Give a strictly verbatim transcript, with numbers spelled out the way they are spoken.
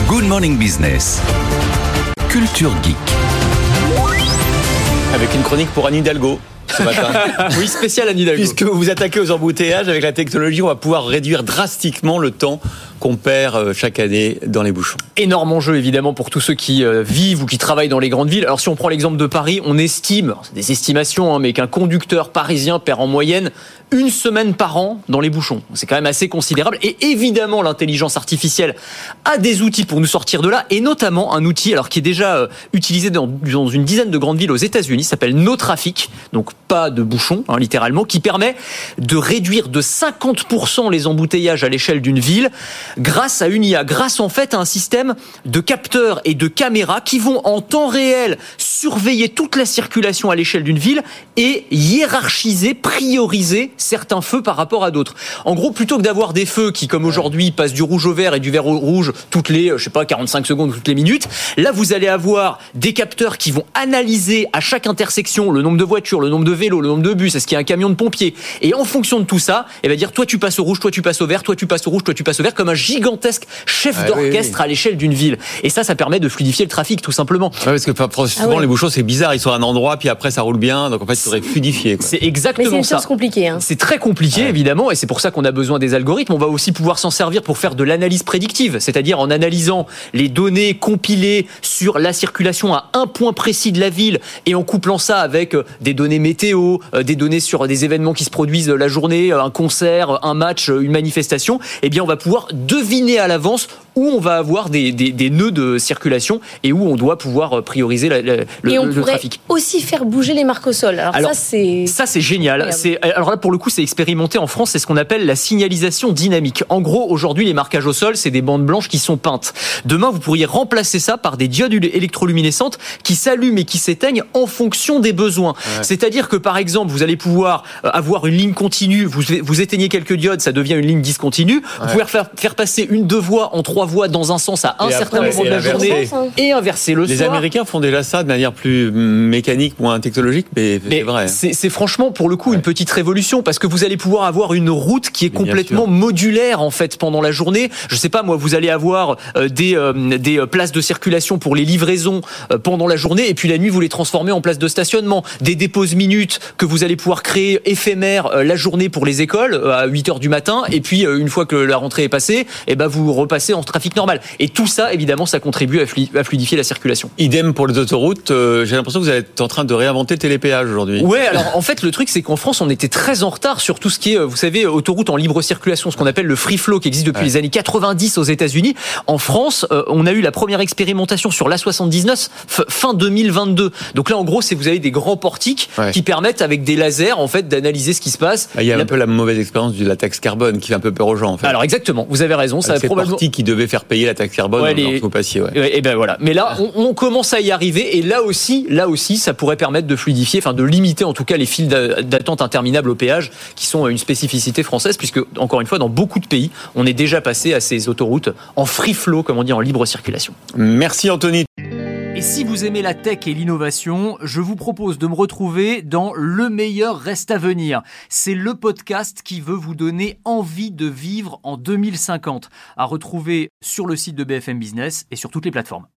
Good Morning Business. Culture Geek. Avec une chronique pour Anne Hidalgo ce matin. Oui, spécial Anne Hidalgo. Puisque vous vous attaquez aux embouteillages, avec la technologie, on va pouvoir réduire drastiquement le temps qu'on perd chaque année dans les bouchons. Énorme enjeu évidemment pour tous ceux qui euh, vivent ou qui travaillent dans les grandes villes. Alors si on prend l'exemple de Paris, on estime, c'est des estimations, hein, mais qu'un conducteur parisien perd en moyenne une semaine par an dans les bouchons. C'est quand même assez considérable. Et évidemment, l'intelligence artificielle a des outils pour nous sortir de là, et notamment un outil alors qui est déjà euh, utilisé dans, dans une dizaine de grandes villes aux États-Unis, s'appelle NoTraffic, donc pas de bouchons, hein, littéralement, qui permet de réduire de cinquante pour cent les embouteillages à l'échelle d'une ville grâce à une I A, grâce en fait à un système de capteurs et de caméras qui vont en temps réel surveiller toute la circulation à l'échelle d'une ville et hiérarchiser, prioriser certains feux par rapport à d'autres. En gros, plutôt que d'avoir des feux qui, comme aujourd'hui, passent du rouge au vert et du vert au rouge toutes les, je sais pas, quarante-cinq secondes, toutes les minutes, là, vous allez avoir des capteurs qui vont analyser à chaque intersection le nombre de voitures, le nombre de vélos, le nombre de bus, est-ce qu'il y a un camion de pompiers, et en fonction de tout ça, et va dire, toi tu passes au rouge, toi tu passes au vert, toi tu passes au rouge, toi tu passes au vert, comme un gigantesque chef ah, d'orchestre oui, oui. à l'échelle d'une ville. Et ça, ça permet de fluidifier le trafic, tout simplement. Ouais, parce que souvent, ah ouais. les bouchons, c'est bizarre, ils sont à un endroit, puis après, ça roule bien, donc en fait, il faudrait fluidifier, quoi. C'est exactement ça. Mais c'est une chose compliquée, hein. C'est très compliqué, ouais. évidemment, et c'est pour ça qu'on a besoin des algorithmes. On va aussi pouvoir s'en servir pour faire de l'analyse prédictive, c'est-à-dire en analysant les données compilées sur la circulation à un point précis de la ville, et en couplant ça avec des données météo, des données sur des événements qui se produisent la journée, un concert, un match, une manifestation, eh bien, on va pouvoir deviner à l'avance où on va avoir des, des, des nœuds de circulation et où on doit pouvoir prioriser la, la, le, et on le, le trafic. pourrait aussi faire bouger les marques au sol. Alors, alors ça, c'est... Ça, c'est génial. C'est, alors là, pour le coup, c'est expérimenté en France. C'est ce qu'on appelle la signalisation dynamique. En gros, aujourd'hui, les marquages au sol, c'est des bandes blanches qui sont peintes. Demain, vous pourriez remplacer ça par des diodes électroluminescentes qui s'allument et qui s'éteignent en fonction des besoins. Ouais. C'est-à-dire que, par exemple, vous allez pouvoir avoir une ligne continue, vous, vous éteignez quelques diodes, ça devient une ligne discontinue. Ouais. Vous pouvez faire, faire passer une deux voies en trois voies dans un sens à un et certain après, moment de la journée et inverser le les soir. Les Américains font déjà ça de manière plus mécanique, moins technologique, mais, mais c'est vrai. C'est, c'est franchement, pour le coup, ouais. une petite révolution, parce que vous allez pouvoir avoir une route qui est mais complètement modulaire, en fait, pendant la journée. Je sais pas, moi, vous allez avoir euh, des, euh, des places de circulation pour les livraisons euh, pendant la journée, et puis la nuit, vous les transformez en places de stationnement. Des déposes minutes que vous allez pouvoir créer éphémères euh, la journée pour les écoles, euh, à huit heures du matin, et puis euh, une fois que la rentrée est passée, eh ben, vous repassez en trafic normal. Et tout ça, évidemment, ça contribue à fluidifier la circulation. Idem pour les autoroutes. Euh, j'ai l'impression que vous êtes en train de réinventer le télépéage aujourd'hui. Ouais, alors en fait, le truc, c'est qu'en France, on était très en retard sur tout ce qui est, vous savez, autoroute en libre circulation, ce qu'on appelle le free flow, qui existe depuis ouais. les années quatre-vingt-dix aux États-Unis. En France, euh, on a eu la première expérimentation sur l'A soixante-dix-neuf f- fin deux mille vingt-deux. Donc là, en gros, c'est vous avez des grands portiques ouais. qui permettent, avec des lasers, en fait, d'analyser ce qui se passe. Il y a la... un peu la mauvaise expérience de la taxe carbone qui fait un peu peur aux gens, en fait. Alors exactement, vous avez raison. Ça ces probablement... portiques qui devaient faire payer la taxe carbone, ouais, les... vous passiez, ouais. Et ben voilà. Mais là, on, on commence à y arriver, et là aussi, là aussi, ça pourrait permettre de fluidifier, enfin de limiter en tout cas les files d'attente interminables au péage, qui sont une spécificité française, puisque encore une fois, dans beaucoup de pays, on est déjà passé à ces autoroutes en free flow, comme on dit, en libre circulation. Merci Anthony. Et si vous aimez la tech et l'innovation, je vous propose de me retrouver dans Le meilleur reste à venir. C'est le podcast qui veut vous donner envie de vivre en deux mille cinquante, à retrouver sur le site de B F M Business et sur toutes les plateformes.